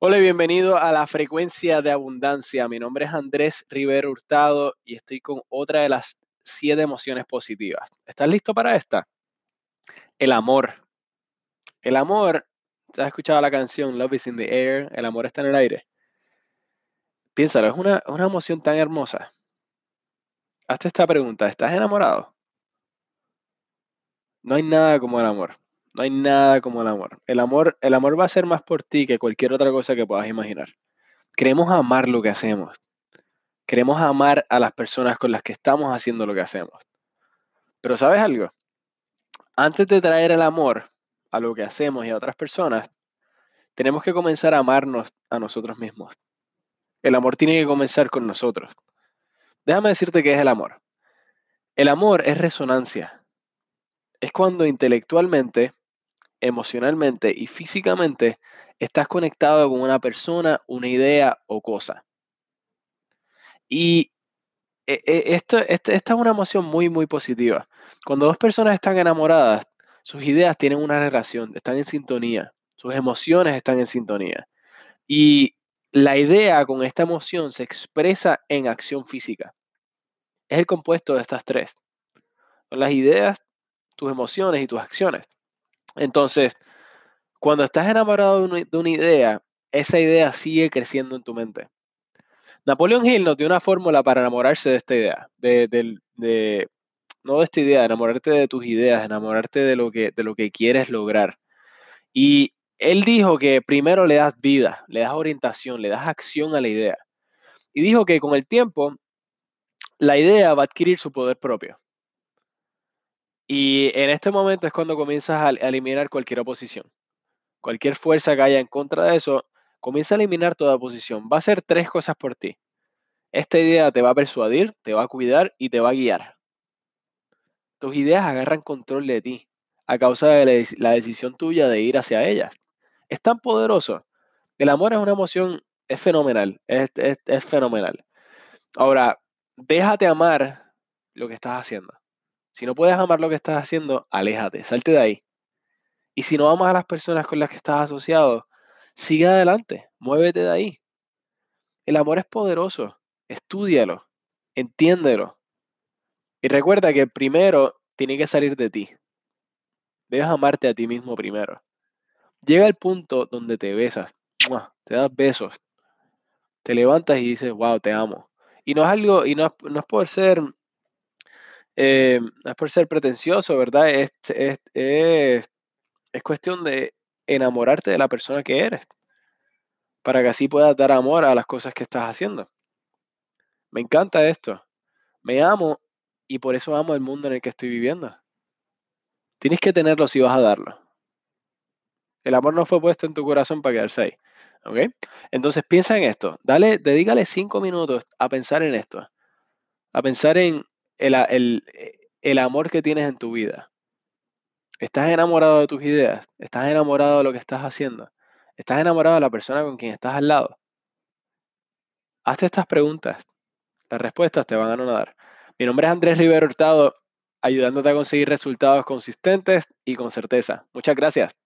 Hola y bienvenido a la frecuencia de abundancia. Mi nombre es Andrés Rivero Hurtado y estoy con otra de las 7 emociones positivas. ¿Estás listo para esta? El amor. El amor, ¿te has escuchado la canción Love is in the air? El amor está en el aire. Piénsalo, es una emoción tan hermosa. Hazte esta pregunta, ¿estás enamorado? No hay nada como el amor. No hay nada como el amor. El amor va a ser más por ti que cualquier otra cosa que puedas imaginar. Queremos amar lo que hacemos. Queremos amar a las personas con las que estamos haciendo lo que hacemos. Pero ¿sabes algo? Antes de traer el amor a lo que hacemos y a otras personas, tenemos que comenzar a amarnos a nosotros mismos. El amor tiene que comenzar con nosotros. Déjame decirte qué es el amor. El amor es resonancia. Es cuando intelectualmente, emocionalmente y físicamente estás conectado con una persona, una idea o cosa. Y esta es una emoción muy, muy positiva. Cuando dos personas están enamoradas, sus ideas tienen una relación, están en sintonía, sus emociones están en sintonía. Y la idea con esta emoción se expresa en acción física. Es el compuesto de estas tres. Son las ideas, tus emociones y tus acciones. Entonces, cuando estás enamorado de una idea, esa idea sigue creciendo en tu mente. Napoleon Hill nos dio una fórmula para enamorarse de esta idea, no de esta idea, enamorarte de tus ideas, enamorarte de lo que quieres lograr. Y él dijo que primero le das vida, le das orientación, le das acción a la idea. Y dijo que con el tiempo la idea va a adquirir su poder propio. Y en este momento es cuando comienzas a eliminar cualquier oposición. Cualquier fuerza que haya en contra de eso, comienza a eliminar toda oposición. Va a hacer tres cosas por ti. Esta idea te va a persuadir, te va a cuidar y te va a guiar. Tus ideas agarran control de ti a causa de la decisión tuya de ir hacia ellas. Es tan poderoso. El amor es una emoción, es fenomenal, es fenomenal. Ahora, déjate amar lo que estás haciendo. Si no puedes amar lo que estás haciendo, aléjate, salte de ahí. Y si no amas a las personas con las que estás asociado, sigue adelante, muévete de ahí. El amor es poderoso, estúdialo, entiéndelo. Y recuerda que primero tiene que salir de ti. Debes amarte a ti mismo primero. Llega el punto donde te besas, ¡mua! Te das besos, te levantas y dices, wow, te amo. Y no es algo, y no es por ser pretencioso, ¿verdad? Es cuestión de enamorarte de la persona que eres, para que así puedas dar amor a las cosas que estás haciendo. Me encanta esto. Me amo y por eso amo el mundo en el que estoy viviendo. Tienes que tenerlo si vas a darlo. El amor no fue puesto en tu corazón para quedarse ahí. ¿Ok? Entonces piensa en esto. Dedícale 5 minutos a pensar en esto. A pensar en el amor que tienes en tu vida. ¿Estás enamorado de tus ideas? ¿Estás enamorado de lo que estás haciendo? ¿Estás enamorado de la persona con quien estás al lado? Hazte estas preguntas. Las respuestas te van a dar. Mi nombre es Andrés Rivero Hurtado, ayudándote a conseguir resultados consistentes y con certeza. Muchas gracias.